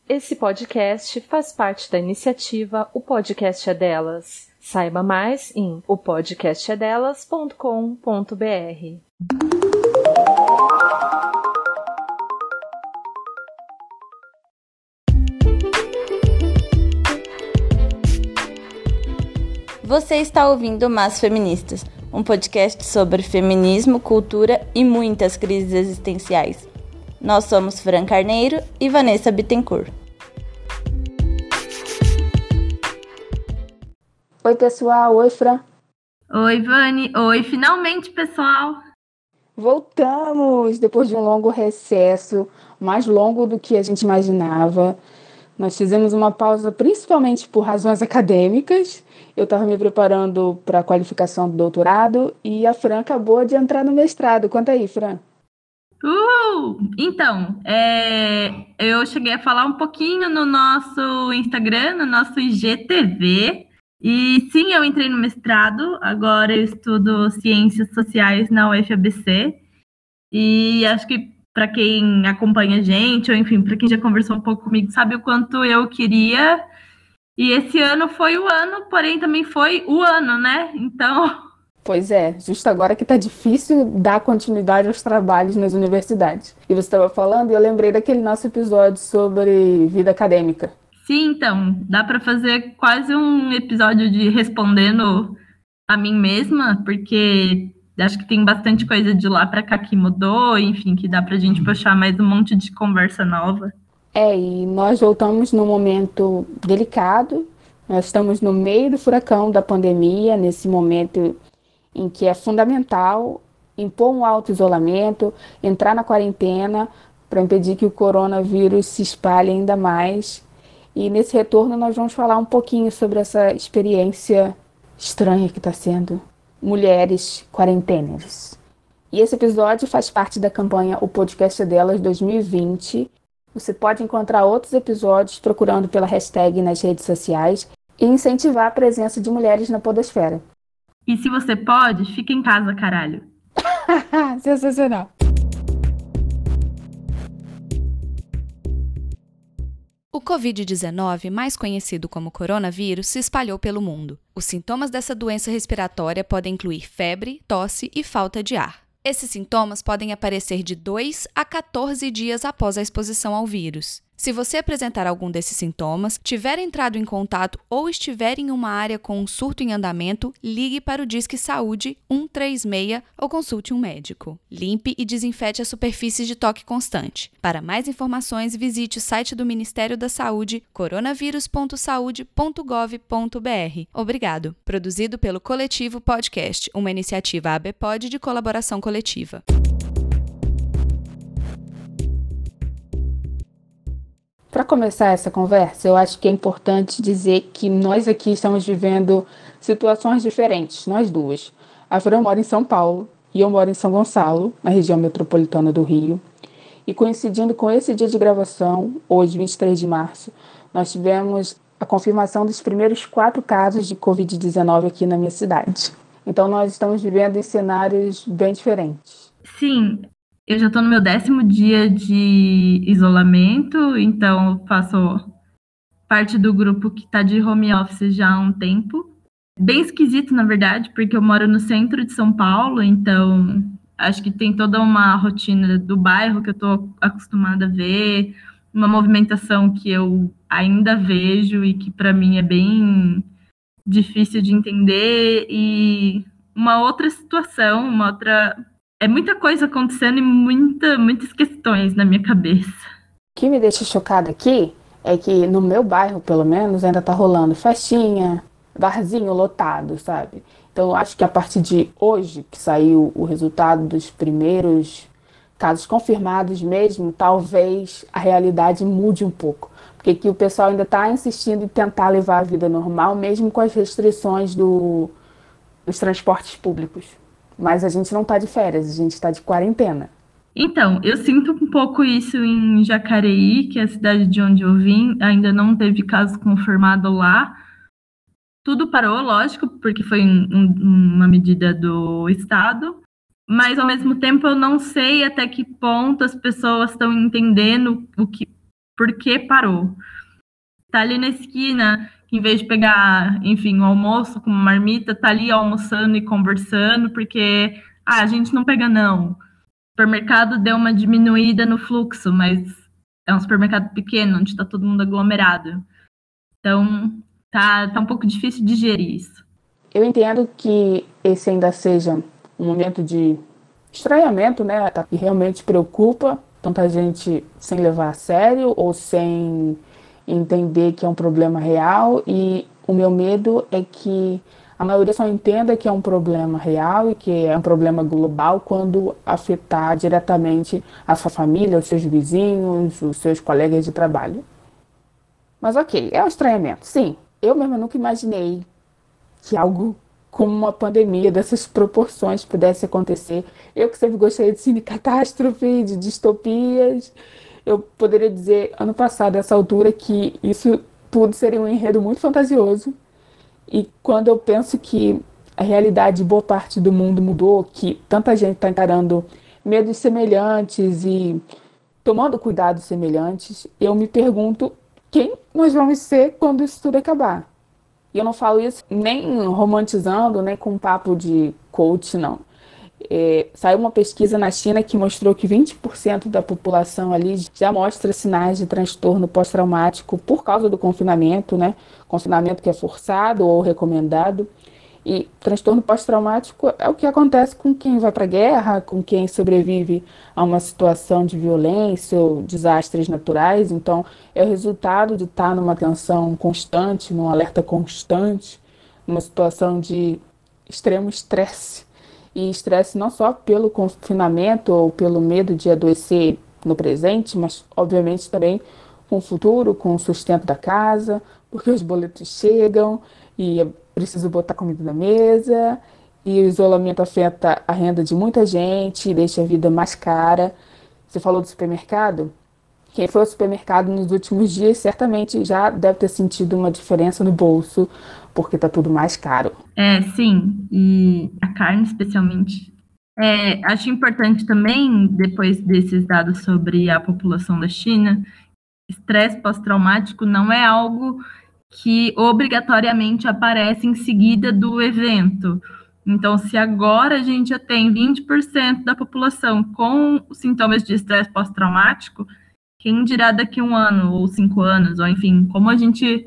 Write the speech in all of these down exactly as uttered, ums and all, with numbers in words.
Esse podcast faz parte da iniciativa O Podcast é Delas. Saiba mais em o podcast é delas ponto com ponto b r. Você está ouvindo Mas Feministas, um podcast sobre feminismo, cultura e muitas crises existenciais. Nós somos Fran Carneiro e Vanessa Bittencourt. Oi, pessoal. Oi, Fran. Oi, Vani. Oi, finalmente, pessoal. Voltamos depois de um longo recesso, mais longo do que a gente imaginava. Nós fizemos uma pausa principalmente por razões acadêmicas. Eu estava me preparando para a qualificação do doutorado e a Fran acabou de entrar no mestrado. Conta aí, Fran. Uh! Então, é, eu cheguei a falar um pouquinho no nosso Instagram, no nosso I G T V. E sim, eu entrei no mestrado, agora eu estudo Ciências Sociais na U F A B C. E acho que para quem acompanha a gente, ou enfim, para quem já conversou um pouco comigo, sabe o quanto eu queria. E esse ano foi o ano, porém também foi o ano, né? Então... Pois é, justo agora que tá difícil dar continuidade aos trabalhos nas universidades. E você estava falando e eu lembrei daquele nosso episódio sobre vida acadêmica. Sim, então, dá para fazer quase um episódio de respondendo a mim mesma, porque acho que tem bastante coisa de lá para cá que mudou, enfim, que dá pra gente puxar mais um monte de conversa nova. É, e nós voltamos num momento delicado, nós estamos no meio do furacão da pandemia, nesse momento em que é fundamental impor um auto-isolamento, entrar na quarentena para impedir que o coronavírus se espalhe ainda mais. E nesse retorno nós vamos falar um pouquinho sobre essa experiência estranha que está sendo mulheres quarentenas. E esse episódio faz parte da campanha O Podcast é Delas dois mil e vinte. Você pode encontrar outros episódios procurando pela hashtag nas redes sociais e incentivar a presença de mulheres na podosfera. E se você pode, fica em casa, caralho. Sensacional. O covid dezenove, mais conhecido como coronavírus, se espalhou pelo mundo. Os sintomas dessa doença respiratória podem incluir febre, tosse e falta de ar. Esses sintomas podem aparecer de dois a quatorze dias após a exposição ao vírus. Se você apresentar algum desses sintomas, tiver entrado em contato ou estiver em uma área com um surto em andamento, ligue para o Disque Saúde um três seis ou consulte um médico. Limpe e desinfete as superfícies de toque constante. Para mais informações, visite o site do Ministério da Saúde, coronavírus ponto saude ponto gov ponto b r. Obrigado. Produzido pelo Coletivo Podcast, uma iniciativa A B P O D de colaboração coletiva. Para começar essa conversa, eu acho que é importante dizer que nós aqui estamos vivendo situações diferentes, nós duas. A Fran mora em São Paulo e eu moro em São Gonçalo, na região metropolitana do Rio. E coincidindo com esse dia de gravação, hoje, vinte e três de março, nós tivemos a confirmação dos primeiros quatro casos de covid dezenove aqui na minha cidade. Então nós estamos vivendo em cenários bem diferentes. Sim. Eu já estou no meu décimo dia de isolamento, então eu faço parte do grupo que está de home office já há um tempo. Bem esquisito, na verdade, porque eu moro no centro de São Paulo, então acho que tem toda uma rotina do bairro que eu estou acostumada a ver, uma movimentação que eu ainda vejo e que para mim é bem difícil de entender, e uma outra situação, uma outra... É muita coisa acontecendo e muita, muitas questões na minha cabeça. O que me deixa chocada aqui é que no meu bairro, pelo menos, ainda tá rolando festinha, barzinho lotado, sabe? Então eu acho que a partir de hoje, que saiu o resultado dos primeiros casos confirmados mesmo, talvez a realidade mude um pouco. Porque aqui o pessoal ainda tá insistindo em tentar levar a vida normal, mesmo com as restrições do, dos transportes públicos. Mas a gente não está de férias, a gente está de quarentena. Então, eu sinto um pouco isso em Jacareí, que é a cidade de onde eu vim. Ainda não teve caso confirmado lá. Tudo parou, lógico, porque foi um, uma medida do Estado. Mas, ao mesmo tempo, eu não sei até que ponto as pessoas estão entendendo o que por que parou. Tá ali na esquina, em vez de pegar, enfim, o almoço com uma marmita, tá ali almoçando e conversando, porque ah, a gente não pega não. O supermercado deu uma diminuída no fluxo, mas é um supermercado pequeno, onde está todo mundo aglomerado. Então, tá, tá um pouco difícil digerir isso. Eu entendo que esse ainda seja um momento de estranhamento, né? Que realmente preocupa tanta gente sem levar a sério ou sem entender que é um problema real. E o meu medo é que a maioria só entenda que é um problema real e que é um problema global quando afetar diretamente a sua família, os seus vizinhos, os seus colegas de trabalho. Mas ok, é um estranhamento, sim. Eu mesma nunca imaginei que algo como uma pandemia dessas proporções pudesse acontecer. Eu que sempre gostei de cine catástrofe, de distopias, eu poderia dizer, ano passado, a essa altura, que isso tudo seria um enredo muito fantasioso. E quando eu penso que a realidade de boa parte do mundo mudou, que tanta gente está encarando medos semelhantes e tomando cuidados semelhantes, eu me pergunto quem nós vamos ser quando isso tudo acabar. E eu não falo isso nem romantizando, nem com um papo de coach, não. É, saiu uma pesquisa na China que mostrou que vinte por cento da população ali já mostra sinais de transtorno pós-traumático por causa do confinamento, né? Confinamento que é forçado ou recomendado. E transtorno pós-traumático é o que acontece com quem vai para a guerra, com quem sobrevive a uma situação de violência ou desastres naturais. Então, é o resultado de estar numa tensão constante, num alerta constante, numa situação de extremo estresse. E estresse não só pelo confinamento ou pelo medo de adoecer no presente, mas, obviamente, também com o futuro, com o sustento da casa, porque os boletos chegam e é preciso botar comida na mesa, e o isolamento afeta a renda de muita gente e deixa a vida mais cara. Você falou do supermercado? Quem foi ao supermercado nos últimos dias certamente já deve ter sentido uma diferença no bolso, porque está tudo mais caro. É, sim, e a carne especialmente. É, acho importante também, depois desses dados sobre a população da China, estresse pós-traumático não é algo que obrigatoriamente aparece em seguida do evento. Então, se agora a gente já tem vinte por cento da população com sintomas de estresse pós-traumático, quem dirá daqui a um ano, ou cinco anos, ou enfim, como a gente...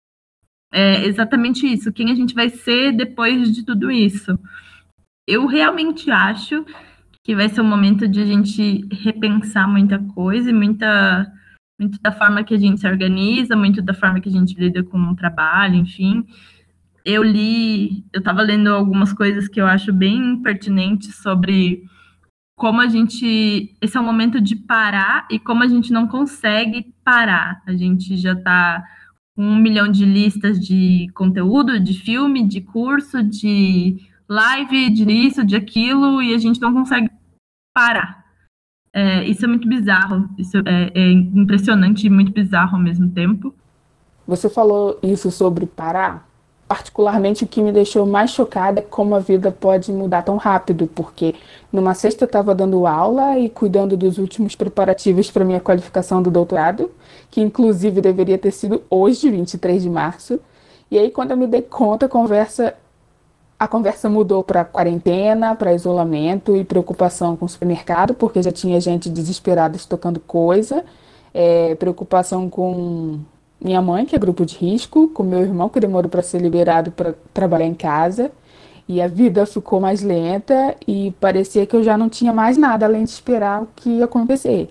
É exatamente isso, quem a gente vai ser depois de tudo isso. Eu realmente acho que vai ser um momento de a gente repensar muita coisa e muita... muito da forma que a gente se organiza, muito da forma que a gente lida com o trabalho, enfim. Eu li, eu estava lendo algumas coisas que eu acho bem pertinentes sobre como a gente... Esse é um momento de parar e como a gente não consegue parar. A gente já está com um milhão de listas de conteúdo, de filme, de curso, de live, de isso, de aquilo, e a gente não consegue parar. É, isso é muito bizarro, isso é, é impressionante e muito bizarro ao mesmo tempo. Você falou isso sobre parar? Particularmente o que me deixou mais chocada é como a vida pode mudar tão rápido, porque numa sexta eu estava dando aula e cuidando dos últimos preparativos para minha qualificação do doutorado, que inclusive deveria ter sido hoje, vinte e três de março, e aí quando eu me dei conta, a conversa... A conversa mudou para quarentena, para isolamento e preocupação com o supermercado, porque já tinha gente desesperada estocando coisa, é, preocupação com minha mãe, que é grupo de risco, com meu irmão, que demorou para ser liberado para trabalhar em casa, e a vida ficou mais lenta e parecia que eu já não tinha mais nada além de esperar o que ia acontecer.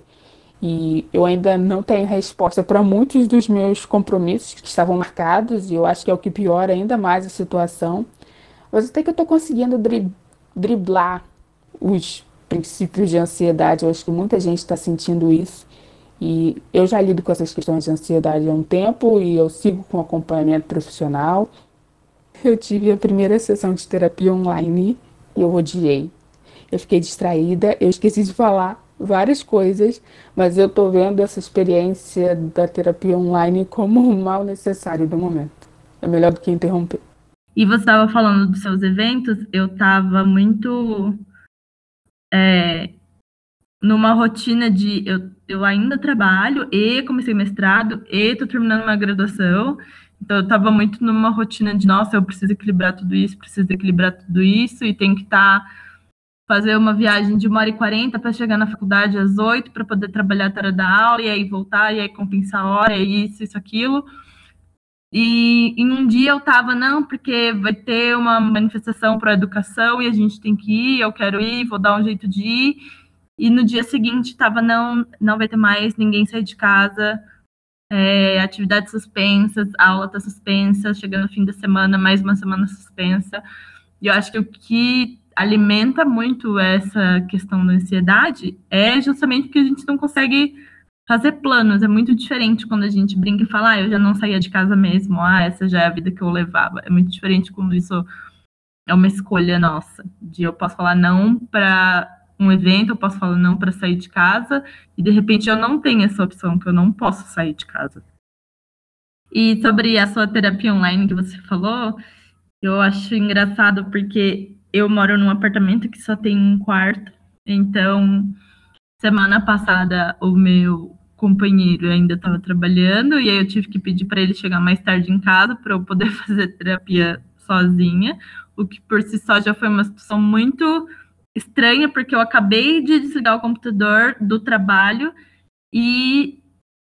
E eu ainda não tenho resposta para muitos dos meus compromissos que estavam marcados, e eu acho que é o que piora ainda mais a situação. Mas até que eu estou conseguindo dri- driblar os princípios de ansiedade. Eu acho que muita gente está sentindo isso. E eu já lido com essas questões de ansiedade há um tempo e eu sigo com acompanhamento profissional. Eu tive a primeira sessão de terapia online e eu odiei. Eu fiquei distraída, eu esqueci de falar várias coisas, mas eu estou vendo essa experiência da terapia online como um mal necessário do momento. É melhor do que interromper. E você estava falando dos seus eventos, eu estava muito é, numa rotina de eu, eu ainda trabalho e comecei mestrado e tô terminando uma graduação, então eu tava muito numa rotina de, nossa, eu preciso equilibrar tudo isso, preciso equilibrar tudo isso, e tenho que estar, tá, fazer uma viagem de uma hora e quarenta para chegar na faculdade às oito, para poder trabalhar até a hora da aula, e aí voltar, e aí compensar a hora, e isso, isso, aquilo. E em um dia eu tava, não, porque vai ter uma manifestação para a educação e a gente tem que ir, eu quero ir, vou dar um jeito de ir. E no dia seguinte tava, não, não vai ter mais, ninguém sai de casa, é, atividades suspensas, a aula tá suspensa, chegando no fim da semana, mais uma semana suspensa. E eu acho que o que alimenta muito essa questão da ansiedade é justamente porque a gente não consegue fazer planos. É muito diferente quando a gente brinca e fala, ah, eu já não saía de casa mesmo, ah, essa já é a vida que eu levava. É muito diferente quando isso é uma escolha nossa, de eu posso falar não para um evento, eu posso falar não para sair de casa, e de repente eu não tenho essa opção, que eu não posso sair de casa. E sobre a sua terapia online que você falou, eu acho engraçado porque eu moro num apartamento que só tem um quarto, então semana passada o meu companheiro ainda estava trabalhando, e aí eu tive que pedir para ele chegar mais tarde em casa para eu poder fazer terapia sozinha, o que por si só já foi uma situação muito estranha, porque eu acabei de desligar o computador do trabalho e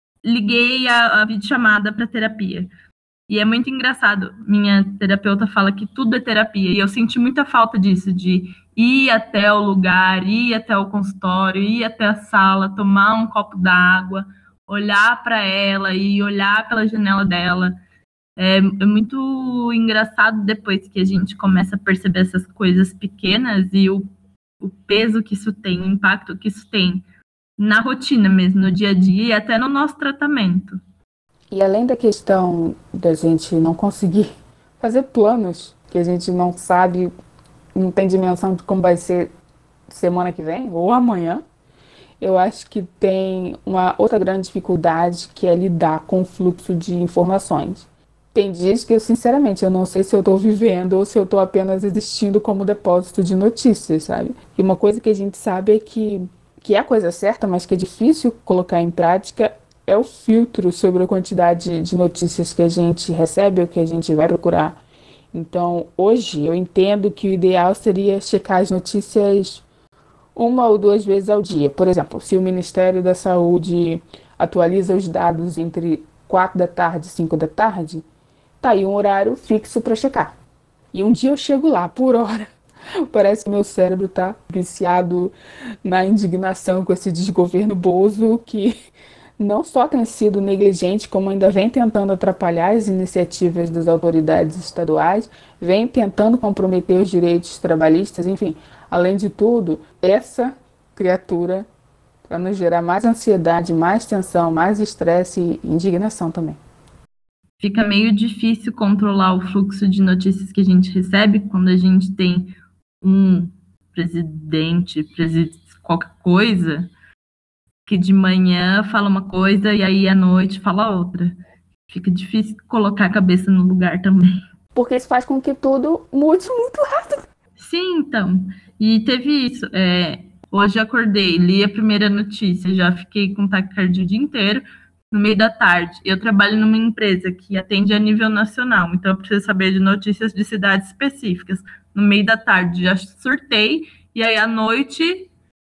liguei a, a videochamada para terapia. E é muito engraçado. Minha terapeuta fala que tudo é terapia, e eu senti muita falta disso, de ir até o lugar, ir até o consultório, ir até a sala, tomar um copo d'água, olhar para ela e olhar pela janela dela. É, é muito engraçado depois que a gente começa a perceber essas coisas pequenas e o, o peso que isso tem, o impacto que isso tem na rotina mesmo, no dia a dia e até no nosso tratamento. E além da questão da gente não conseguir fazer planos, que a gente não sabe, não tem dimensão de como vai ser semana que vem ou amanhã, eu acho que tem uma outra grande dificuldade, que é lidar com o fluxo de informações. Tem dias que eu, sinceramente, eu não sei se eu estou vivendo ou se eu estou apenas existindo como depósito de notícias, sabe? E uma coisa que a gente sabe é que, que é a coisa certa, mas que é difícil colocar em prática, é o filtro sobre a quantidade de notícias que a gente recebe ou que a gente vai procurar. Então, hoje, eu entendo que o ideal seria checar as notícias uma ou duas vezes ao dia. Por exemplo, se o Ministério da Saúde atualiza os dados entre quatro da tarde e cinco da tarde, tá aí um horário fixo para checar. E um dia eu chego lá, por hora. Parece que meu cérebro tá viciado na indignação com esse desgoverno bozo, que não só tem sido negligente, como ainda vem tentando atrapalhar as iniciativas das autoridades estaduais, vem tentando comprometer os direitos trabalhistas, enfim. Além de tudo, essa criatura vai nos gerar mais ansiedade, mais tensão, mais estresse e indignação também. Fica meio difícil controlar o fluxo de notícias que a gente recebe quando a gente tem um presidente, presidente qualquer coisa, que de manhã fala uma coisa e aí à noite fala outra. Fica difícil colocar a cabeça no lugar também. Porque isso faz com que tudo mude muito rápido. Sim, então. E teve isso. É, hoje eu acordei, li a primeira notícia, já fiquei com taquicardia o dia inteiro, no meio da tarde. Eu trabalho numa empresa que atende a nível nacional, então eu preciso saber de notícias de cidades específicas. No meio da tarde já surtei, e aí à noite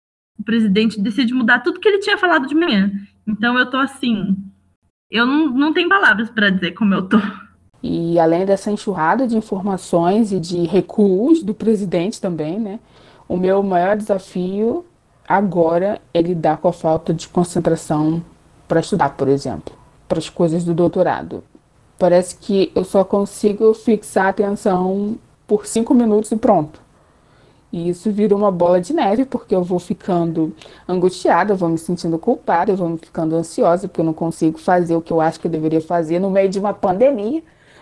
o presidente decide mudar tudo que ele tinha falado de manhã. Então eu tô assim, eu não, não tenho palavras para dizer como eu tô. E além dessa enxurrada de informações e de recuos do presidente também, né? O meu maior desafio agora é lidar com a falta de concentração para estudar, por exemplo, para as coisas do doutorado. Parece que eu só consigo fixar a atenção por cinco minutos e pronto. E isso vira uma bola de neve, porque eu vou ficando angustiada, eu vou me sentindo culpada, eu vou me ficando ansiosa, porque eu não consigo fazer o que eu acho que eu deveria fazer no meio de uma pandemia.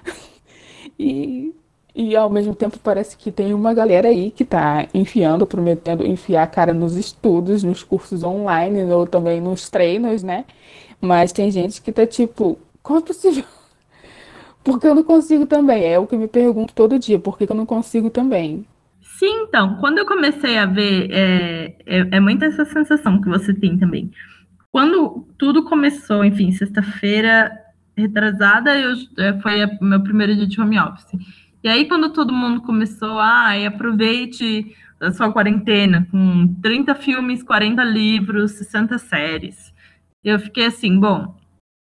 e, e ao mesmo tempo parece que tem uma galera aí que está enfiando, prometendo enfiar a cara nos estudos, nos cursos online, ou também nos treinos, né? Mas tem gente que tá tipo, como é possível? Porque eu não consigo também? É o que eu me pergunto todo dia, por que eu não consigo também? Sim, então, quando eu comecei a ver, é, é, é muita essa sensação que você tem também. Quando tudo começou, enfim, sexta-feira retrasada, eu, foi o meu primeiro dia de home office. E aí, quando todo mundo começou, ah, aproveite a sua quarentena com trinta filmes, quarenta livros, sessenta séries. Eu fiquei assim, bom,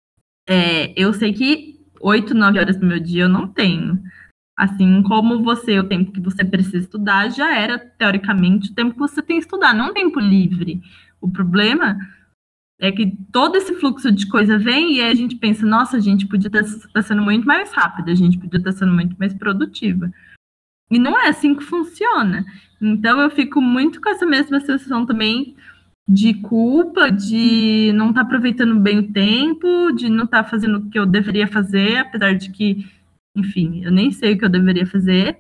é, eu sei que oito, nove horas do meu dia eu não tenho. Assim como você, o tempo que você precisa estudar já era, teoricamente, o tempo que você tem que estudar, não tempo livre. O problema é que todo esse fluxo de coisa vem e aí a gente pensa, nossa, a gente podia estar sendo muito mais rápida, a gente podia estar sendo muito mais produtiva. E não é assim que funciona. Então eu fico muito com essa mesma sensação também de culpa, de não estar aproveitando bem o tempo, de não estar fazendo o que eu deveria fazer, apesar de que, enfim, eu nem sei o que eu deveria fazer.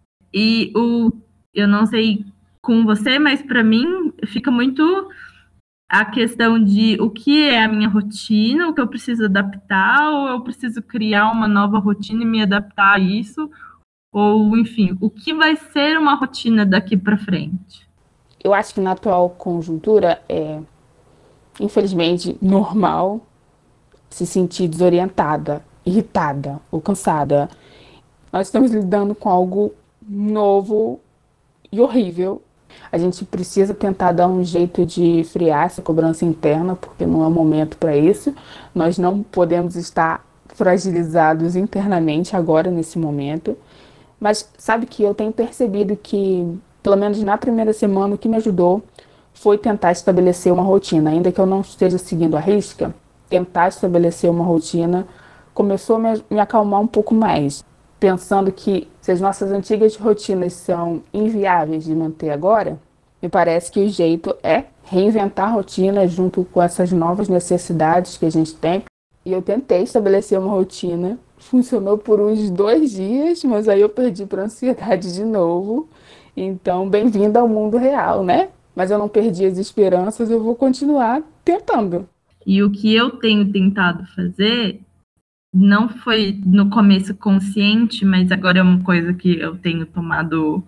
E o, eu não sei com você, mas para mim fica muito a questão de o que é a minha rotina, o que eu preciso adaptar, ou eu preciso criar uma nova rotina e me adaptar a isso, ou, enfim, o que vai ser uma rotina daqui para frente? Eu acho que na atual conjuntura é, infelizmente, normal se sentir desorientada, irritada ou cansada. Nós estamos lidando com algo novo e horrível. A gente precisa tentar dar um jeito de frear essa cobrança interna, porque não é o momento para isso. Nós não podemos estar fragilizados internamente agora, nesse momento. Mas sabe que eu tenho percebido que, pelo menos na primeira semana, o que me ajudou foi tentar estabelecer uma rotina. Ainda que eu não esteja seguindo a risca, tentar estabelecer uma rotina começou a me, me acalmar um pouco mais. Pensando que se as nossas antigas rotinas são inviáveis de manter agora, me parece que o jeito é reinventar a rotina junto com essas novas necessidades que a gente tem. E eu tentei estabelecer uma rotina, funcionou por uns dois dias, mas aí eu perdi para a ansiedade de novo. Então, bem-vindo ao mundo real, né? Mas eu não perdi as esperanças, eu vou continuar tentando. E o que eu tenho tentado fazer não foi no começo consciente, mas agora é uma coisa que eu tenho tomado,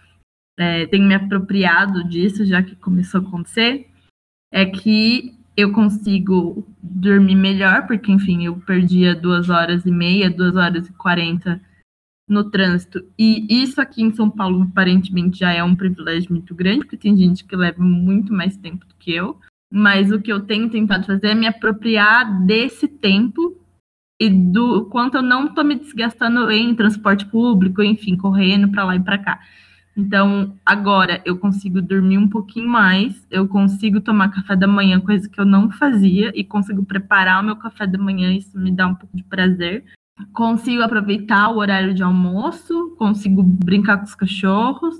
é, tenho me apropriado disso, já que começou a acontecer, é que eu consigo dormir melhor, porque, enfim, eu perdia duas horas e meia, duas horas e quarenta no trânsito, e isso aqui em São Paulo, aparentemente, já é um privilégio muito grande, porque tem gente que leva muito mais tempo do que eu, mas o que eu tenho tentado fazer é me apropriar desse tempo e do quanto eu não estou me desgastando em transporte público, enfim, correndo para lá e para cá. Então, agora eu consigo dormir um pouquinho mais, eu consigo tomar café da manhã, coisa que eu não fazia, e consigo preparar o meu café da manhã, isso me dá um pouco de prazer. Consigo aproveitar o horário de almoço, consigo brincar com os cachorros,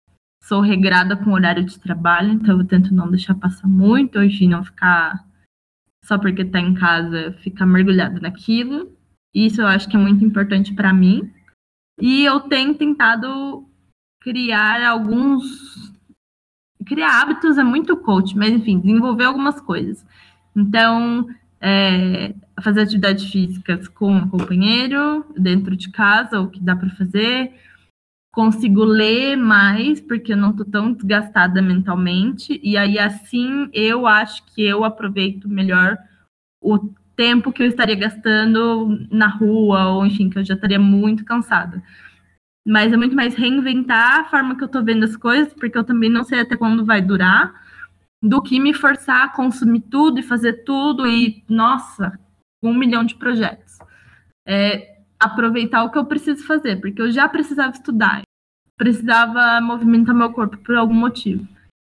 sou regrada com o horário de trabalho, então eu tento não deixar passar muito, ou enfim, não ficar só porque tá em casa, ficar mergulhada naquilo. Isso eu acho que é muito importante para mim. E eu tenho tentado criar alguns... Criar hábitos é muito coach, mas enfim, desenvolver algumas coisas. Então, é, fazer atividades físicas com um companheiro, dentro de casa, o que dá para fazer. Consigo ler mais, porque eu não estou tão desgastada mentalmente, e aí assim eu acho que eu aproveito melhor o tempo que eu estaria gastando na rua, ou enfim, que eu já estaria muito cansada. Mas é muito mais reinventar a forma que eu estou vendo as coisas, porque eu também não sei até quando vai durar, do que me forçar a consumir tudo e fazer tudo, e, nossa, um milhão de projetos. É, aproveitar o que eu preciso fazer, porque eu já precisava estudar, precisava movimentar meu corpo por algum motivo.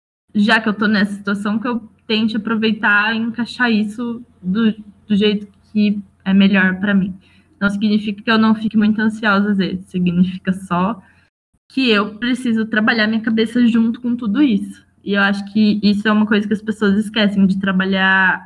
Já que eu tô nessa situação, que eu tente aproveitar e encaixar isso do, do jeito que é melhor para mim. Não significa que eu não fique muito ansiosa às vezes, significa só que eu preciso trabalhar minha cabeça junto com tudo isso. E eu acho que isso é uma coisa que as pessoas esquecem, de trabalhar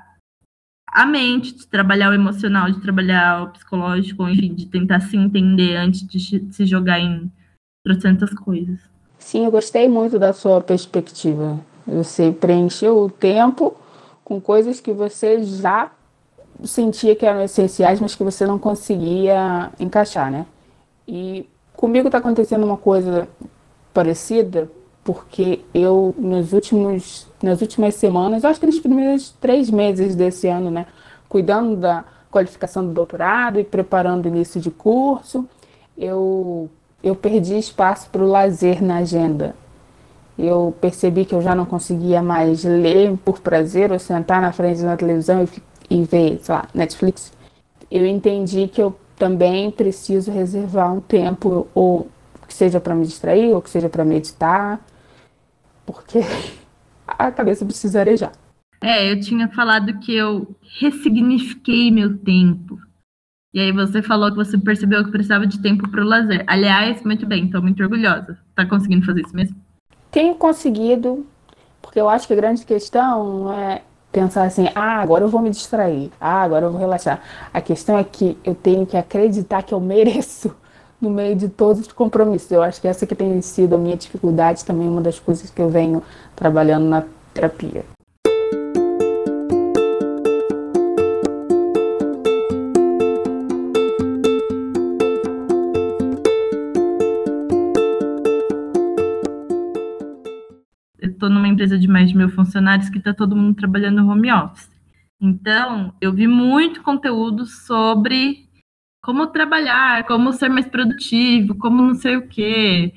a mente, de trabalhar o emocional, de trabalhar o psicológico, enfim, de tentar se entender antes de se jogar em trocentas coisas. Sim, eu gostei muito da sua perspectiva. Você preencheu o tempo com coisas que você já sentia que eram essenciais, mas que você não conseguia encaixar, né? E comigo está acontecendo uma coisa parecida, porque eu, nos últimos, nas últimas semanas, eu acho que nos primeiros três meses desse ano, né, cuidando da qualificação do doutorado e preparando o início de curso, eu, eu perdi espaço para o lazer na agenda. Eu percebi que eu já não conseguia mais ler por prazer ou sentar na frente da televisão e, e ver, sei lá, Netflix. Eu entendi que eu também preciso reservar um tempo, ou que seja para me distrair, ou que seja para meditar, porque a cabeça precisa arejar. É, eu tinha falado que eu ressignifiquei meu tempo. E aí você falou que você percebeu que precisava de tempo para o lazer. Aliás, muito bem, estou muito orgulhosa. Tá conseguindo fazer isso mesmo? Tenho conseguido, porque eu acho que a grande questão é pensar assim, ah, agora eu vou me distrair, ah, agora eu vou relaxar. A questão é que eu tenho que acreditar que eu mereço no meio de todos os compromissos. Eu acho que essa que tem sido a minha dificuldade, também uma das coisas que eu venho trabalhando na terapia. Eu estou numa empresa de mais de mil funcionários que está todo mundo trabalhando no home office. Então, eu vi muito conteúdo sobre como trabalhar, como ser mais produtivo, como não sei o quê.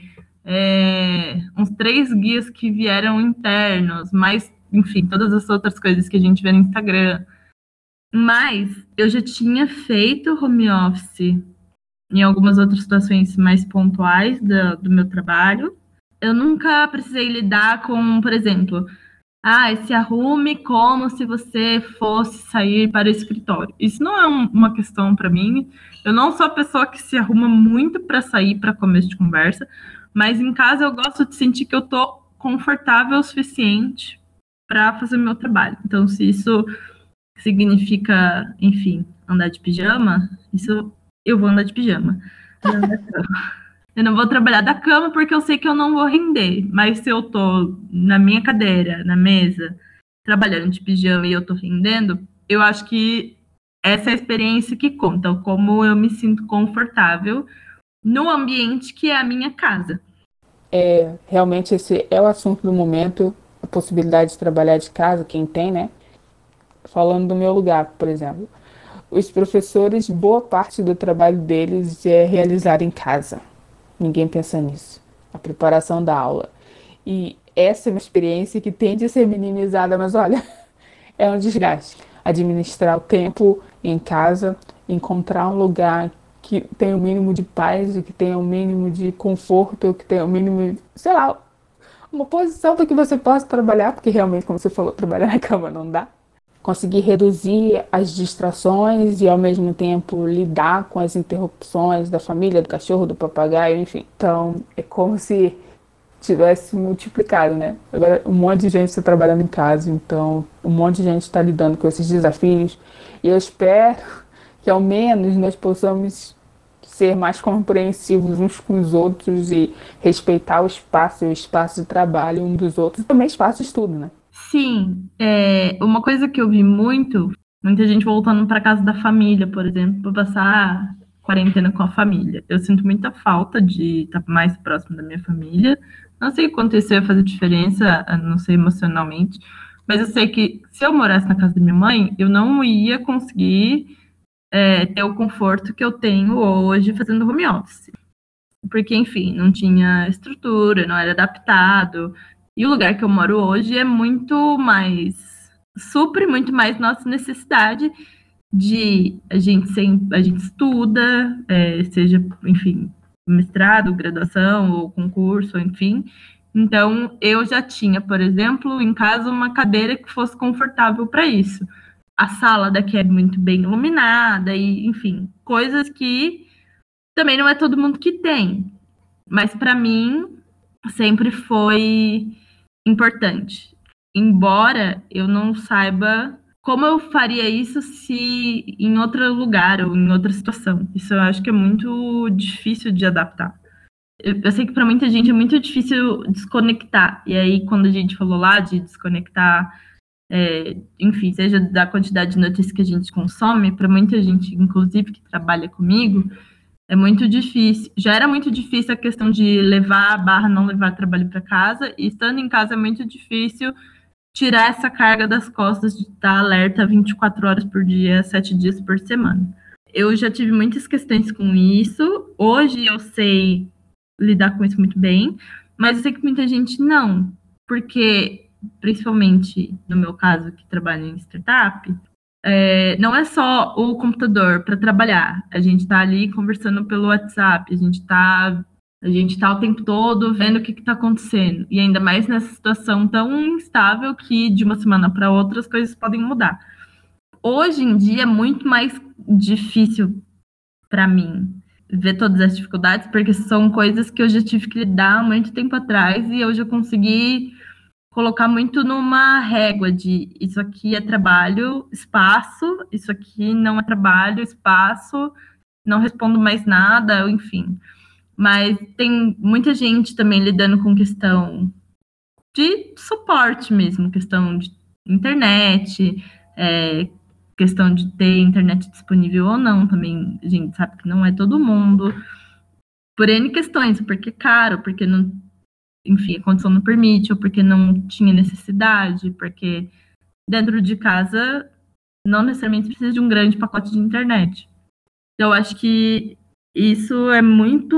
É, uns três guias que vieram internos, mas, enfim, todas as outras coisas que a gente vê no Instagram. Mas eu já tinha feito home office em algumas outras situações mais pontuais do, do meu trabalho. Eu nunca precisei lidar com, por exemplo, ah, se arrume como se você fosse sair para o escritório. Isso não é um, uma questão para mim. Eu não sou a pessoa que se arruma muito para sair para começo de conversa, mas em casa eu gosto de sentir que eu estou confortável o suficiente para fazer o meu trabalho. Então, se isso significa, enfim, andar de pijama, isso eu vou andar de pijama. Eu não vou trabalhar da cama porque eu sei que eu não vou render. Mas se eu tô na minha cadeira, na mesa, trabalhando de pijama e eu tô rendendo, eu acho que essa é a experiência que conta, como eu me sinto confortável no ambiente que é a minha casa. É, realmente esse é o assunto do momento, a possibilidade de trabalhar de casa, quem tem, né? Falando do meu lugar, por exemplo. Os professores, boa parte do trabalho deles é realizar em casa. Ninguém pensa nisso. A preparação da aula. E essa é uma experiência que tende a ser minimizada, mas olha, é um desgaste. Administrar o tempo em casa, encontrar um lugar que tenha o mínimo de paz, que tenha o mínimo de conforto, que tenha o mínimo, sei lá, uma posição para que você possa trabalhar, porque realmente, como você falou, trabalhar na cama não dá. Conseguir reduzir as distrações e, ao mesmo tempo, lidar com as interrupções da família, do cachorro, do papagaio, enfim. Então, é como se tivesse multiplicado, né? Agora, um monte de gente está trabalhando em casa, então, um monte de gente está lidando com esses desafios. E eu espero que, ao menos, nós possamos ser mais compreensivos uns com os outros e respeitar o espaço e o espaço de trabalho um dos outros, e também espaço de estudo, né? Sim, é, uma coisa que eu vi muito, muita gente voltando para casa da família, por exemplo, para passar quarentena com a família. Eu sinto muita falta de estar mais próximo da minha família. Não sei quanto isso ia fazer diferença, não sei emocionalmente, mas eu sei que se eu morasse na casa da minha mãe, eu não ia conseguir é, ter o conforto que eu tenho hoje fazendo home office. Porque, enfim, não tinha estrutura, não era adaptado. E o lugar que eu moro hoje é muito mais, supre muito mais nossa necessidade de a gente, sempre, a gente estuda, é, seja, enfim, mestrado, graduação ou concurso, enfim. Então, eu já tinha, por exemplo, em casa uma cadeira que fosse confortável para isso. A sala daqui é muito bem iluminada e, enfim, coisas que também não é todo mundo que tem. Mas, para mim, sempre foi importante. Embora eu não saiba como eu faria isso se em outro lugar ou em outra situação. Isso eu acho que é muito difícil de adaptar. Eu, eu sei que para muita gente é muito difícil desconectar. E aí, quando a gente falou lá de desconectar, é, enfim, seja da quantidade de notícias que a gente consome, para muita gente, inclusive que trabalha comigo, É muito difícil. Já era muito difícil a questão de levar barra não levar trabalho para casa, e estando em casa é muito difícil tirar essa carga das costas de estar alerta vinte e quatro horas por dia, sete dias por semana. Eu já tive muitas questões com isso. Hoje eu sei lidar com isso muito bem, mas eu sei que muita gente não, porque, principalmente no meu caso, que trabalho em startup, É, não é só o computador para trabalhar. A gente está ali conversando pelo WhatsApp, a gente está a gente tá o tempo todo vendo o que está acontecendo. E ainda mais nessa situação tão instável que de uma semana para outra as coisas podem mudar. Hoje em dia é muito mais difícil para mim ver todas as dificuldades, porque são coisas que eu já tive que lidar há muito tempo atrás e eu já consegui colocar muito numa régua de isso aqui é trabalho, espaço, isso aqui não é trabalho, espaço, não respondo mais nada, enfim. Mas tem muita gente também lidando com questão de suporte mesmo, questão de internet, é, questão de ter internet disponível ou não, também a gente sabe que não é todo mundo, por N questões, porque é caro, porque não... enfim, a condição não permite, ou porque não tinha necessidade, porque dentro de casa não necessariamente precisa de um grande pacote de internet. Eu acho que isso é muito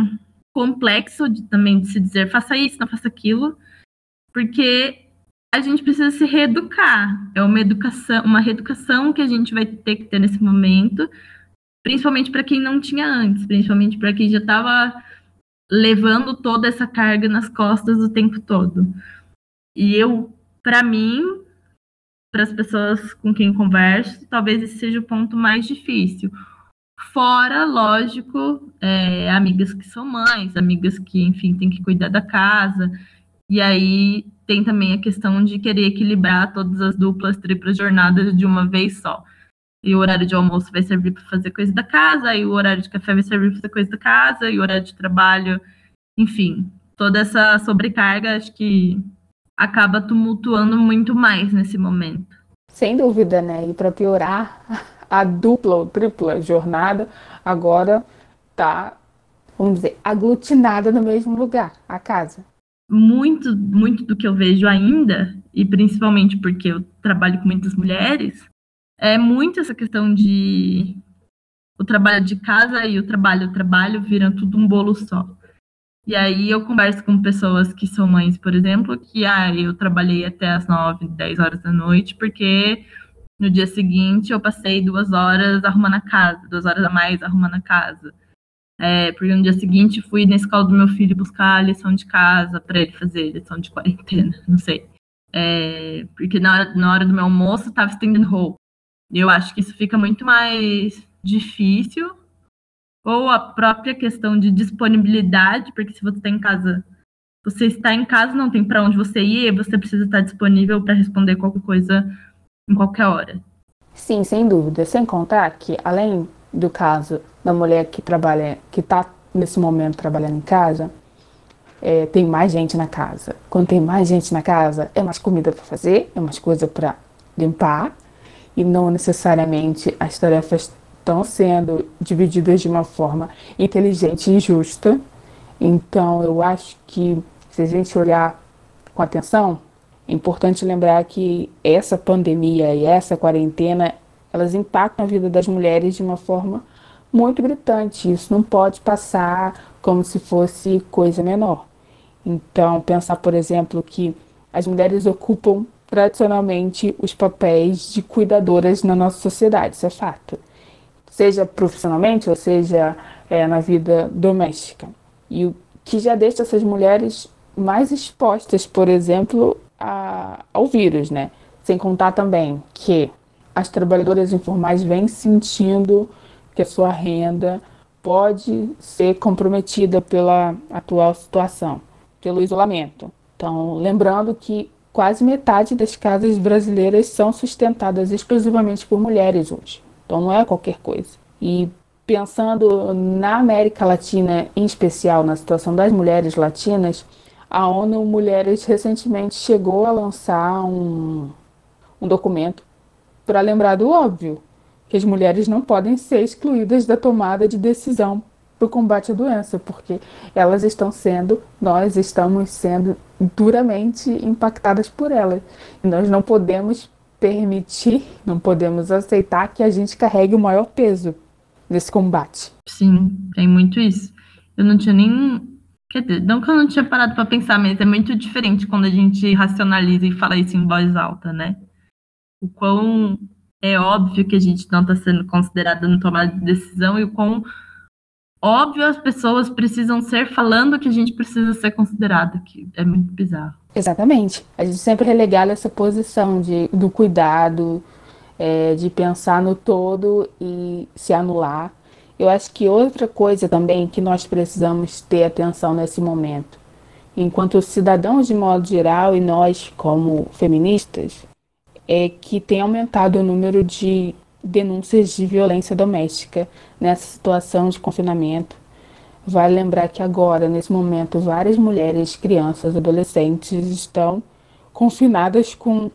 complexo de, também de se dizer faça isso, não faça aquilo, porque a gente precisa se reeducar. É uma educação, uma reeducação que a gente vai ter que ter nesse momento, principalmente para quem não tinha antes, principalmente para quem já estava levando toda essa carga nas costas o tempo todo. E eu, para mim, para as pessoas com quem converso, talvez esse seja o ponto mais difícil. Fora, lógico, é, amigas que são mães, amigas que, enfim, têm que cuidar da casa. E aí tem também a questão de querer equilibrar todas as duplas, triplas jornadas de uma vez só. E o horário de almoço vai servir para fazer coisa da casa, e o horário de café vai servir para fazer coisa da casa, e o horário de trabalho, enfim, toda essa sobrecarga acho que acaba tumultuando muito mais nesse momento. Sem dúvida, né? E para piorar, a dupla ou tripla jornada agora está, vamos dizer, aglutinada no mesmo lugar, a casa. Muito, muito do que eu vejo ainda, e principalmente porque eu trabalho com muitas mulheres, é muito essa questão de o trabalho de casa e o trabalho, o trabalho viram tudo um bolo só. E aí eu converso com pessoas que são mães, por exemplo, que ah, eu trabalhei até as nove, dez horas da noite, porque no dia seguinte eu passei duas horas arrumando a casa, duas horas a mais arrumando a casa. É, porque no dia seguinte fui na escola do meu filho buscar a lição de casa para ele fazer, lição de quarentena, não sei. É, porque na hora, na hora do meu almoço estava estendendo roupa. Eu acho que isso fica muito mais difícil, ou a própria questão de disponibilidade, porque se você está em casa, você está em casa, não tem para onde você ir, você precisa estar disponível para responder qualquer coisa em qualquer hora. Sim, sem dúvida. Sem contar que, além do caso da mulher que trabalha, que está nesse momento trabalhando em casa, é, tem mais gente na casa. Quando tem mais gente na casa, é mais comida para fazer, é mais coisa para limpar, e não necessariamente as tarefas estão sendo divididas de uma forma inteligente e justa. Então, eu acho que, se a gente olhar com atenção, é importante lembrar que essa pandemia e essa quarentena, elas impactam a vida das mulheres de uma forma muito gritante. Isso não pode passar como se fosse coisa menor. Então, pensar, por exemplo, que as mulheres ocupam tradicionalmente os papéis de cuidadoras na nossa sociedade, isso é fato. Seja profissionalmente ou seja é, na vida doméstica. E o que já deixa essas mulheres mais expostas, por exemplo, a, ao vírus, né? Sem contar também que as trabalhadoras informais vêm sentindo que a sua renda pode ser comprometida pela atual situação, pelo isolamento. Então, lembrando que quase metade das casas brasileiras são sustentadas exclusivamente por mulheres hoje. Então não é qualquer coisa. E pensando na América Latina, em especial na situação das mulheres latinas, a ONU Mulheres recentemente chegou a lançar um, um documento para lembrar do óbvio, que as mulheres não podem ser excluídas da tomada de decisão para o combate à doença, porque elas estão sendo, nós estamos sendo duramente impactadas por elas. E nós não podemos permitir, não podemos aceitar que a gente carregue o maior peso nesse combate. Sim, tem muito isso. Eu não tinha nem... Quer dizer, não que eu não tinha parado para pensar, mas é muito diferente quando a gente racionaliza e fala isso em voz alta, né? O quão é óbvio que a gente não está sendo considerada no tomar de decisão e o quão óbvio as pessoas precisam ser falando que a gente precisa ser considerado, que é muito bizarro. Exatamente. A gente sempre relegala essa posição de, do cuidado, é, de pensar no todo e se anular. Eu acho que outra coisa também que nós precisamos ter atenção nesse momento, enquanto cidadãos de modo geral e nós como feministas, é que tem aumentado o número de denúncias de violência doméstica nessa situação de confinamento. Vale lembrar que agora, nesse momento, várias mulheres, crianças, adolescentes estão confinadas com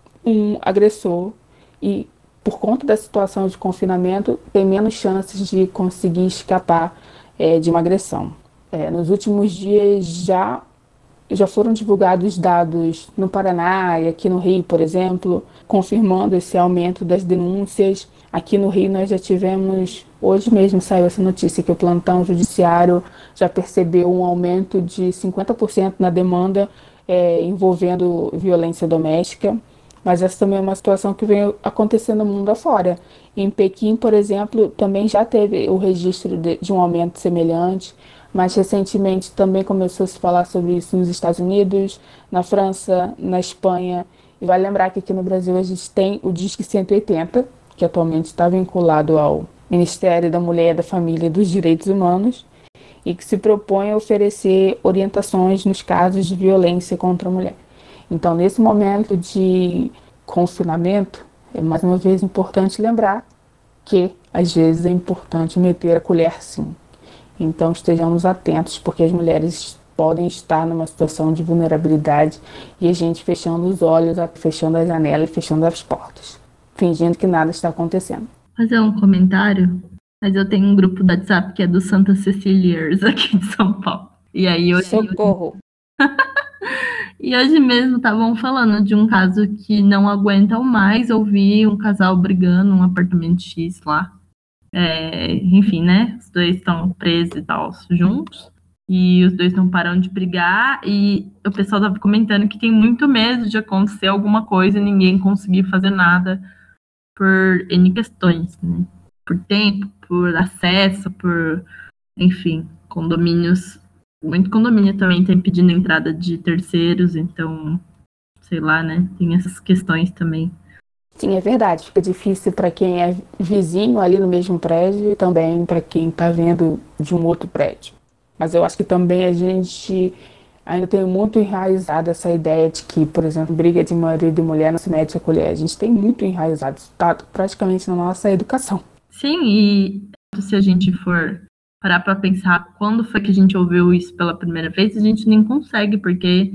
um agressor e, por conta da situação de confinamento, tem menos chances de conseguir escapar é, de uma agressão. É, nos últimos dias já, já foram divulgados dados no Paraná e aqui no Rio, por exemplo, confirmando esse aumento das denúncias. Aqui no Rio nós já tivemos, hoje mesmo saiu essa notícia, que o plantão judiciário já percebeu um aumento de cinquenta por cento na demanda é, envolvendo violência doméstica. Mas essa também é uma situação que vem acontecendo no mundo afora. Em Pequim, por exemplo, também já teve o registro de, de um aumento semelhante. Mais recentemente também começou a se falar sobre isso nos Estados Unidos, na França, na Espanha. E vale lembrar que aqui no Brasil a gente tem o Disque cento e oitenta, que atualmente está vinculado ao Ministério da Mulher, da Família e dos Direitos Humanos, e que se propõe a oferecer orientações nos casos de violência contra a mulher. Então, nesse momento de confinamento, é mais uma vez importante lembrar que, às vezes, é importante meter a colher sim. Então, estejamos atentos, porque as mulheres podem estar numa situação de vulnerabilidade e a gente fechando os olhos, fechando a janela e fechando as portas, fingindo que nada está acontecendo. Fazer um comentário, mas eu tenho um grupo do WhatsApp que é do Santa Ceciliers aqui de São Paulo. E aí hoje... Socorro! E hoje mesmo estavam falando de um caso que não aguentam mais ouvir um casal brigando num apartamento X lá. É, enfim, né? Os dois estão presos e tal, juntos. E os dois não param de brigar. E o pessoal tava comentando que tem muito medo de acontecer alguma coisa e ninguém conseguir fazer nada por N questões, né? Por tempo, por acesso, por, enfim, condomínios. Muito condomínio também tem pedindo entrada de terceiros, então, sei lá, né? Tem essas questões também. Sim, é verdade. Fica difícil para quem é vizinho ali no mesmo prédio e também para quem está vendo de um outro prédio. Mas eu acho que também a gente ainda tem muito enraizado essa ideia de que, por exemplo, briga de marido e mulher não se mete a colher. A gente tem muito enraizado isso, tá praticamente na nossa educação. Sim, e se a gente for parar para pensar quando foi que a gente ouviu isso pela primeira vez, a gente nem consegue, porque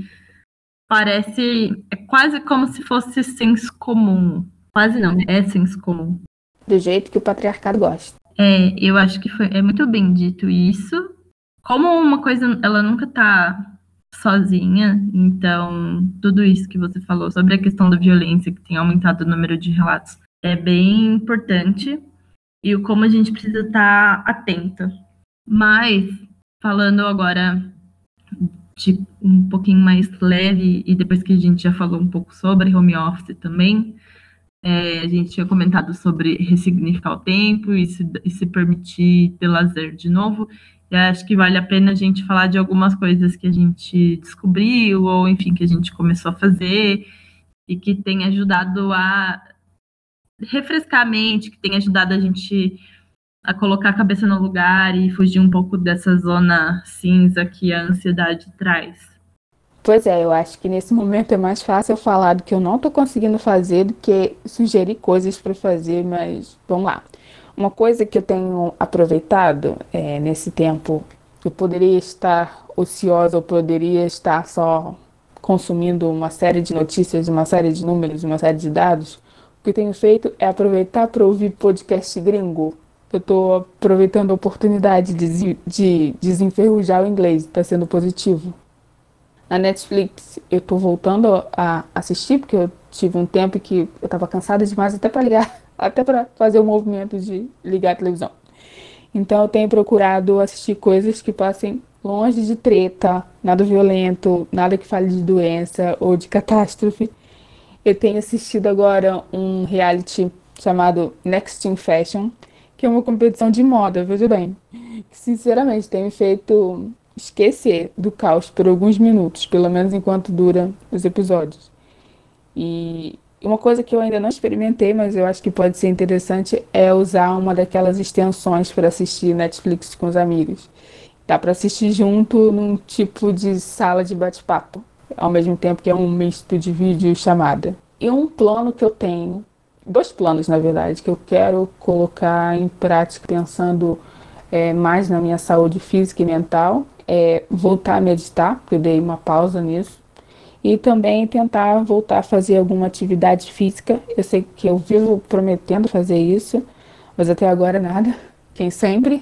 parece, é quase como se fosse senso comum. Quase não, é senso comum. Do jeito que o patriarcado gosta. É, eu acho que foi, é muito bem dito isso. Como uma coisa, ela nunca tá sozinha, então tudo isso que você falou sobre a questão da violência, que tem aumentado o número de relatos, é bem importante. E o como a gente precisa estar atenta. Mas, falando agora de um pouquinho mais leve, e depois que a gente já falou um pouco sobre home office também, é, a gente tinha comentado sobre ressignificar o tempo e se, e se permitir ter lazer de novo. E acho que vale a pena a gente falar de algumas coisas que a gente descobriu, ou enfim, que a gente começou a fazer, e que tem ajudado a refrescar a mente, que tem ajudado a gente a colocar a cabeça no lugar e fugir um pouco dessa zona cinza que a ansiedade traz. Pois é, eu acho que nesse momento é mais fácil eu falar do que eu não estou conseguindo fazer do que sugerir coisas para fazer, mas vamos lá. Uma coisa que eu tenho aproveitado é, nesse tempo, eu poderia estar ociosa, eu poderia estar só consumindo uma série de notícias, uma série de números, uma série de dados. O que eu tenho feito é aproveitar para ouvir podcast gringo. Eu estou aproveitando a oportunidade de, de desenferrujar o inglês, está sendo positivo. Na Netflix, eu estou voltando a assistir, porque eu tive um tempo que eu estava cansada demais até para ligar, até para fazer o movimento de ligar a televisão. Então eu tenho procurado assistir coisas que passem longe de treta, nada violento, nada que fale de doença ou de catástrofe. Eu tenho assistido agora um reality chamado Next in Fashion, que é uma competição de moda, veja bem. Sinceramente, tem me feito esquecer do caos por alguns minutos, pelo menos enquanto dura os episódios. E uma coisa que eu ainda não experimentei, mas eu acho que pode ser interessante, é usar uma daquelas extensões para assistir Netflix com os amigos. Dá para assistir junto num tipo de sala de bate-papo, ao mesmo tempo que é um misto de vídeo e chamada. E um plano que eu tenho, dois planos na verdade, que eu quero colocar em prática pensando é, mais na minha saúde física e mental, é voltar a meditar, porque eu dei uma pausa nisso, e também tentar voltar a fazer alguma atividade física. Eu sei que eu vivo prometendo fazer isso, mas até agora nada, quem sempre.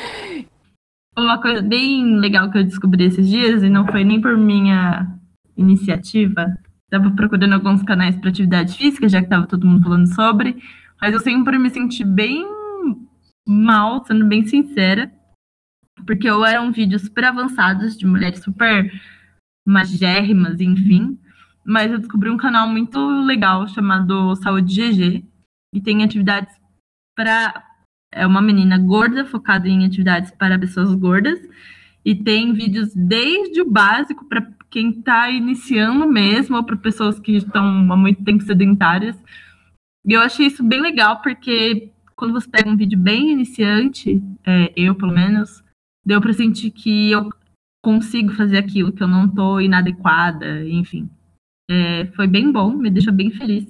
Uma coisa bem legal que eu descobri esses dias, e não foi nem por minha iniciativa, estava procurando alguns canais para atividade física, já que estava todo mundo falando sobre, mas eu sempre me senti bem mal, sendo bem sincera, porque ou eram vídeos super avançados, de mulheres super magérrimas, enfim, mas eu descobri um canal muito legal chamado Saúde G G, e tem atividades para... É uma menina gorda, focada em atividades para pessoas gordas, e tem vídeos desde o básico para quem está iniciando mesmo, ou para pessoas que estão há muito tempo sedentárias. E eu achei isso bem legal, porque quando você pega um vídeo bem iniciante, é, eu pelo menos, deu para sentir que eu consigo fazer aquilo, que eu não estou inadequada, enfim. É, foi bem bom, me deixa bem feliz.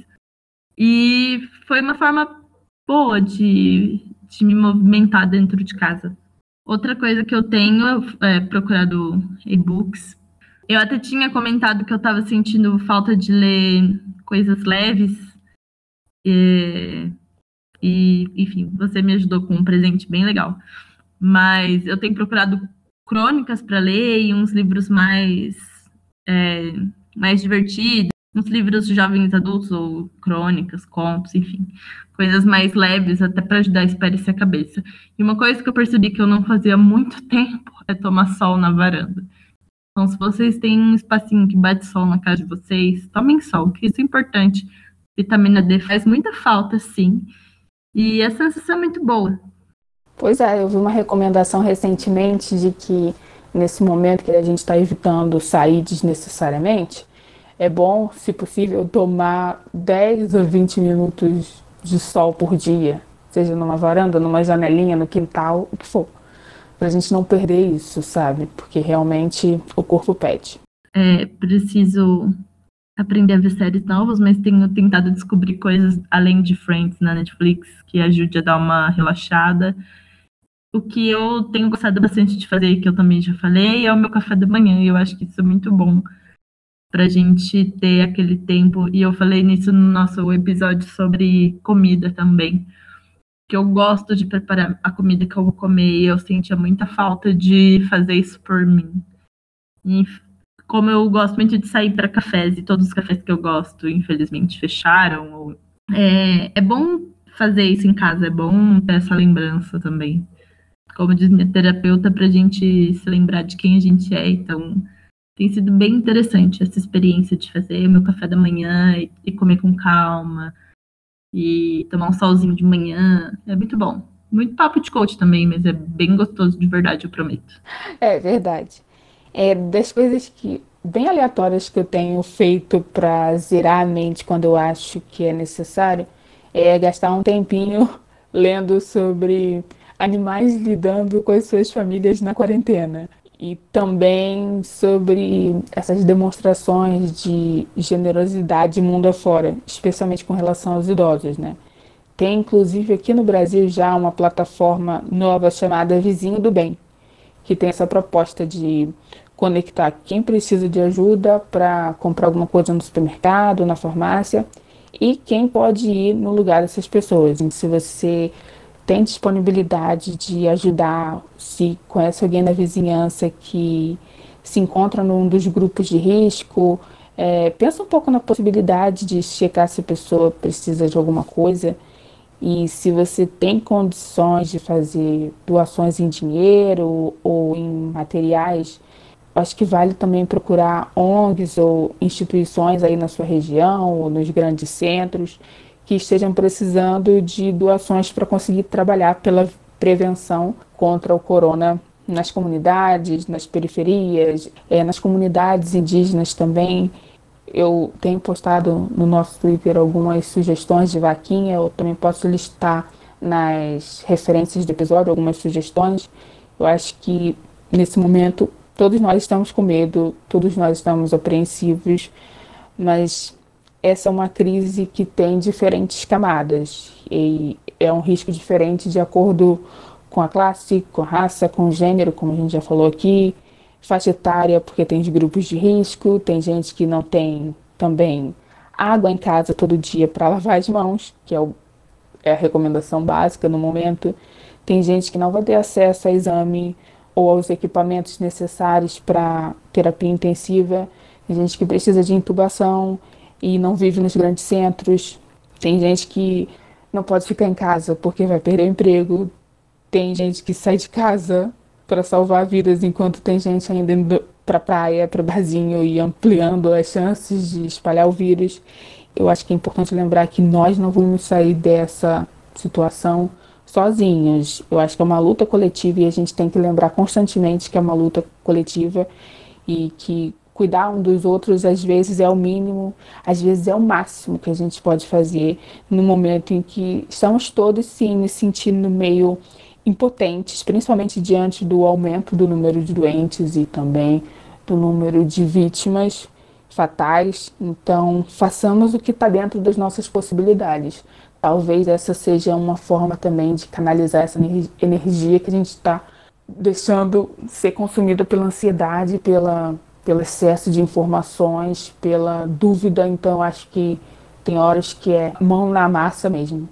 E foi uma forma boa de... de me movimentar dentro de casa. Outra coisa que eu tenho é procurado e-books. Eu até tinha comentado que eu estava sentindo falta de ler coisas leves. E, e, enfim, você me ajudou com um presente bem legal. Mas eu tenho procurado crônicas para ler e uns livros mais, é, mais divertidos. Uns livros de jovens adultos, ou crônicas, contos, enfim. Coisas mais leves, até para ajudar a espairecer a cabeça. E uma coisa que eu percebi que eu não fazia há muito tempo é tomar sol na varanda. Então, se vocês têm um espacinho que bate sol na casa de vocês, tomem sol, que isso é importante. Vitamina D faz muita falta, sim. E a sensação é muito boa. Pois é, eu vi uma recomendação recentemente de que, nesse momento que a gente está evitando sair desnecessariamente, é bom, se possível, tomar dez ou vinte minutos de sol por dia, seja numa varanda, numa janelinha, no quintal, o que for, pra gente não perder isso, sabe? Porque realmente o corpo pede. É, preciso aprender a ver séries novas, mas tenho tentado descobrir coisas além de Friends na Netflix que ajude a dar uma relaxada. O que eu tenho gostado bastante de fazer, que eu também já falei, é o meu café da manhã, e eu acho que isso é muito bom pra gente ter aquele tempo, e eu falei nisso no nosso episódio sobre comida também, que eu gosto de preparar a comida que eu vou comer, e eu sentia muita falta de fazer isso por mim. E como eu gosto muito de sair para cafés, e todos os cafés que eu gosto, infelizmente, fecharam, ou... é, é bom fazer isso em casa, é bom ter essa lembrança também. Como diz minha terapeuta, pra gente se lembrar de quem a gente é, então... Tem sido bem interessante essa experiência de fazer o meu café da manhã e, e comer com calma e tomar um solzinho de manhã. É muito bom. Muito papo de coach também, mas é bem gostoso de verdade, eu prometo. É verdade. É das coisas que bem aleatórias que eu tenho feito para zerar a mente quando eu acho que é necessário é gastar um tempinho lendo sobre animais lidando com as suas famílias na quarentena. E também sobre essas demonstrações de generosidade mundo afora, especialmente com relação aos idosos, né? Tem, inclusive, aqui no Brasil já uma plataforma nova chamada Vizinho do Bem, que tem essa proposta de conectar quem precisa de ajuda para comprar alguma coisa no supermercado, na farmácia, e quem pode ir no lugar dessas pessoas. E se você tem disponibilidade de ajudar, se conhece alguém da vizinhança que se encontra num dos grupos de risco, é, pensa um pouco na possibilidade de checar se a pessoa precisa de alguma coisa. E se você tem condições de fazer doações em dinheiro ou em materiais, acho que vale também procurar O N Gs ou instituições aí na sua região ou nos grandes centros que estejam precisando de doações para conseguir trabalhar pela prevenção contra o corona nas comunidades, nas periferias, é, nas comunidades indígenas também. Eu tenho postado no nosso Twitter algumas sugestões de vaquinha, eu também posso listar nas referências do episódio algumas sugestões. Eu acho que nesse momento todos nós estamos com medo, todos nós estamos apreensivos, mas essa é uma crise que tem diferentes camadas e é um risco diferente de acordo com a classe, com a raça, com o gênero, como a gente já falou aqui, faixa etária, porque tem os grupos de risco, tem gente que não tem também água em casa todo dia para lavar as mãos, que é, o, é a recomendação básica no momento, tem gente que não vai ter acesso a exame ou aos equipamentos necessários para terapia intensiva, tem gente que precisa de intubação e não vive nos grandes centros, tem gente que não pode ficar em casa porque vai perder o emprego, tem gente que sai de casa para salvar vidas, enquanto tem gente ainda indo para praia, para barzinho e ampliando as chances de espalhar o vírus. Eu acho que é importante lembrar que nós não vamos sair dessa situação sozinhos. Eu acho que é uma luta coletiva e a gente tem que lembrar constantemente que é uma luta coletiva e que cuidar um dos outros às vezes é o mínimo, às vezes é o máximo que a gente pode fazer no momento em que estamos todos sim nos sentindo meio impotentes, principalmente diante do aumento do número de doentes e também do número de vítimas fatais. Então, façamos o que está dentro das nossas possibilidades. Talvez essa seja uma forma também de canalizar essa energia que a gente está deixando ser consumida pela ansiedade, pela, pelo excesso de informações, pela dúvida. Então, acho que tem horas que é mão na massa mesmo.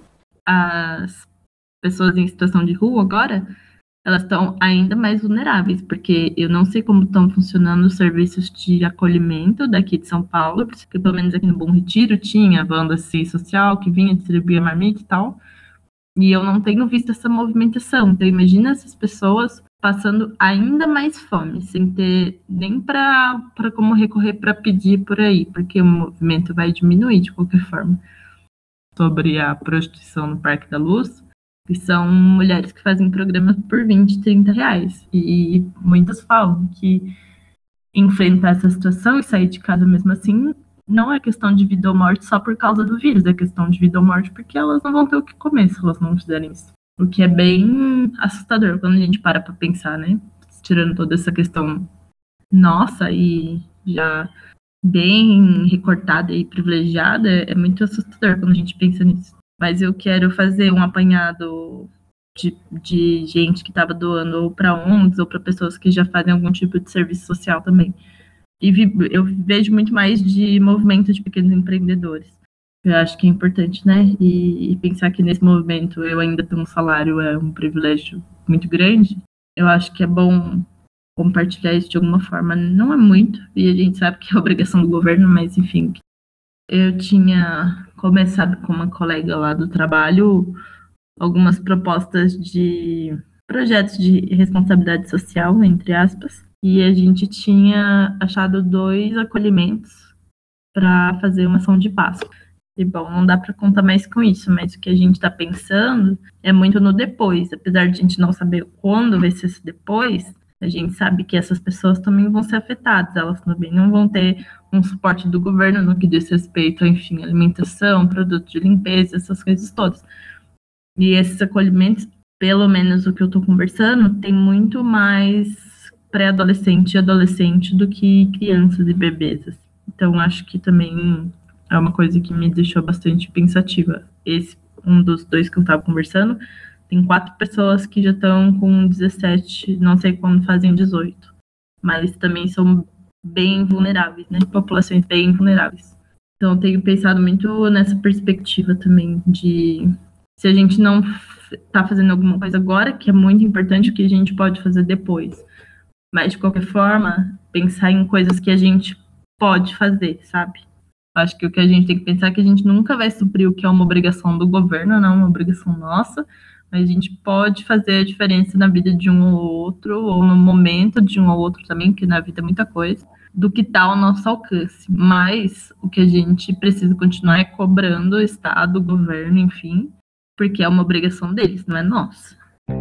As pessoas em situação de rua agora, elas estão ainda mais vulneráveis, porque eu não sei como estão funcionando os serviços de acolhimento daqui de São Paulo, porque pelo menos aqui no Bom Retiro tinha a banda assim, social que vinha distribuir marmita e tal, e eu não tenho visto essa movimentação. Então imagina essas pessoas passando ainda mais fome, sem ter nem para como recorrer para pedir por aí, porque o movimento vai diminuir de qualquer forma. Sobre a prostituição no Parque da Luz, que são mulheres que fazem programas por vinte, trinta reais. E muitas falam que enfrentar essa situação e sair de casa mesmo assim não é questão de vida ou morte só por causa do vírus, é questão de vida ou morte porque elas não vão ter o que comer se elas não fizerem isso. O que é bem assustador quando a gente para pra pensar, né? Tirando toda essa questão nossa e já bem recortada e privilegiada, é muito assustador quando a gente pensa nisso. Mas eu quero fazer um apanhado de, de gente que estava doando ou para O N Gs ou para pessoas que já fazem algum tipo de serviço social também. E vi, eu vejo muito mais de movimento de pequenos empreendedores. Eu acho que é importante, né? E, e pensar que nesse movimento eu ainda tenho um salário, é um privilégio muito grande. Eu acho que é bom compartilhar isso de alguma forma. Não é muito, e a gente sabe que é obrigação do governo, mas enfim. Eu tinha começado com uma colega lá do trabalho algumas propostas de projetos de responsabilidade social, entre aspas, e a gente tinha achado dois acolhimentos para fazer uma ação de Páscoa. E, bom, não dá para contar mais com isso, mas o que a gente está pensando é muito no depois. Apesar de a gente não saber quando vai ser esse depois, a gente sabe que essas pessoas também vão ser afetadas, elas também não vão ter um suporte do governo no que diz respeito a, enfim, alimentação, produtos de limpeza, essas coisas todas. E esses acolhimentos, pelo menos o que eu estou conversando, tem muito mais pré-adolescente e adolescente do que crianças e bebês. Então, acho que também é uma coisa que me deixou bastante pensativa. Esse, um dos dois que eu estava conversando, tem quatro pessoas que já estão com dezessete, não sei quando fazem dezoito. Mas também são bem vulneráveis, né? Populações bem vulneráveis. Então, eu tenho pensado muito nessa perspectiva também de se a gente não está fazendo alguma coisa agora, que é muito importante, o que a gente pode fazer depois. Mas, de qualquer forma, pensar em coisas que a gente pode fazer, sabe? Acho que o que a gente tem que pensar é que a gente nunca vai suprir o que é uma obrigação do governo, não uma obrigação nossa, mas a gente pode fazer a diferença na vida de um ou outro, ou no momento de um ou outro também, que na vida é muita coisa, do que está ao nosso alcance. Mas o que a gente precisa continuar é cobrando o Estado, o governo, enfim, porque é uma obrigação deles, não é nossa.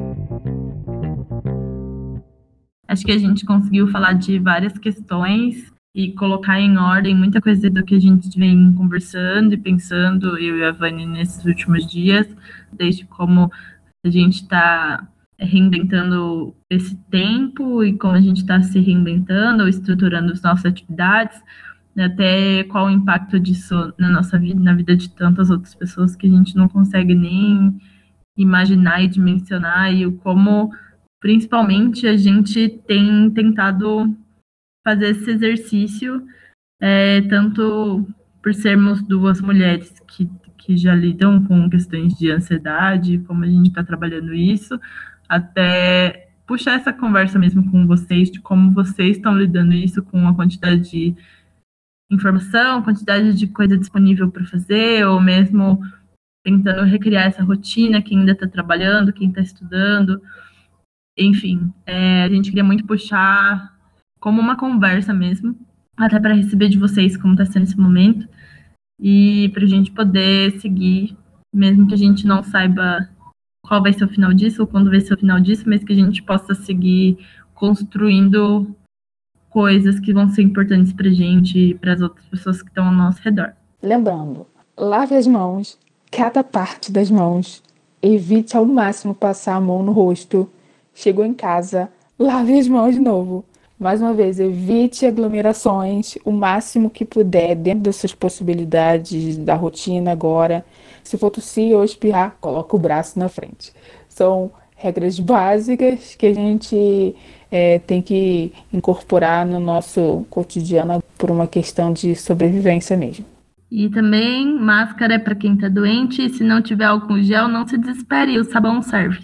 Acho que a gente conseguiu falar de várias questões e colocar em ordem muita coisa do que a gente vem conversando e pensando, eu e a Vani, nesses últimos dias, desde como a gente está reinventando esse tempo e como a gente está se reinventando ou estruturando as nossas atividades, até qual o impacto disso na nossa vida, na vida de tantas outras pessoas que a gente não consegue nem imaginar e dimensionar, e o como, principalmente, a gente tem tentado fazer esse exercício, é, tanto por sermos duas mulheres que, que já lidam com questões de ansiedade, como a gente está trabalhando isso, até puxar essa conversa mesmo com vocês, de como vocês estão lidando isso com a quantidade de informação, quantidade de coisa disponível para fazer, ou mesmo tentando recriar essa rotina, quem ainda está trabalhando, quem está estudando, enfim, é, a gente queria muito puxar como uma conversa mesmo, até para receber de vocês como está sendo esse momento, e para a gente poder seguir, mesmo que a gente não saiba qual vai ser o final disso, ou quando vai ser o final disso, mas que a gente possa seguir construindo coisas que vão ser importantes para a gente e para as outras pessoas que estão ao nosso redor. Lembrando, lave as mãos, cada parte das mãos, evite ao máximo passar a mão no rosto. Chegou em casa, lave as mãos de novo. Mais uma vez, evite aglomerações o máximo que puder, dentro das suas possibilidades, da rotina agora. Se for tossir ou espirrar, coloca o braço na frente. São regras básicas que a gente é, tem que incorporar no nosso cotidiano por uma questão de sobrevivência mesmo. E também, máscara é para quem está doente, e se não tiver álcool gel, não se desespere, o sabão serve.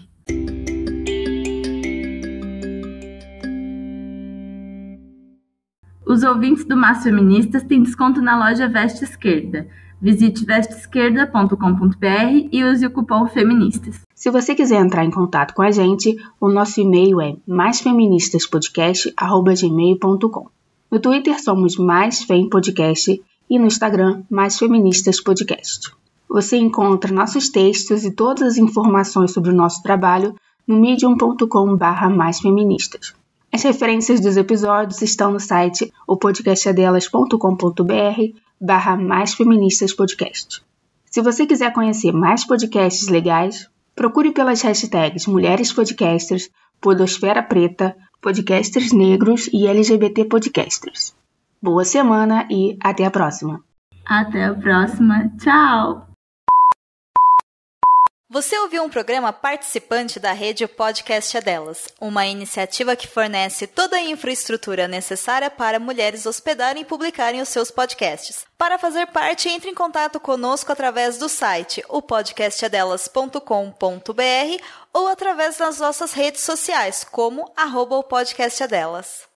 Os ouvintes do Mas Feministas têm desconto na loja Veste Esquerda. Visite veste esquerda ponto com ponto b r e use o cupom FEMINISTAS. Se você quiser entrar em contato com a gente, o nosso e-mail é mais feministas podcast arroba gmail ponto com. No Twitter somos Mais Fem Podcast e no Instagram Mais Feministas Podcast. Você encontra nossos textos e todas as informações sobre o nosso trabalho no medium ponto com barra mais feministas. As referências dos episódios estão no site o podcast é delas ponto com ponto b r barra mais feministas podcast. Se você quiser conhecer mais podcasts legais, procure pelas hashtags Mulheres Podcasters, Podosfera Preta, Podcasters Negros e L G B T Podcasters. Boa semana e até a próxima. Até a próxima. Tchau! Você ouviu um programa participante da rede Podcast é Delas, uma iniciativa que fornece toda a infraestrutura necessária para mulheres hospedarem e publicarem os seus podcasts. Para fazer parte, entre em contato conosco através do site o podcast é delas ponto com ponto b r ou através das nossas redes sociais, como arroba o podcast é delas.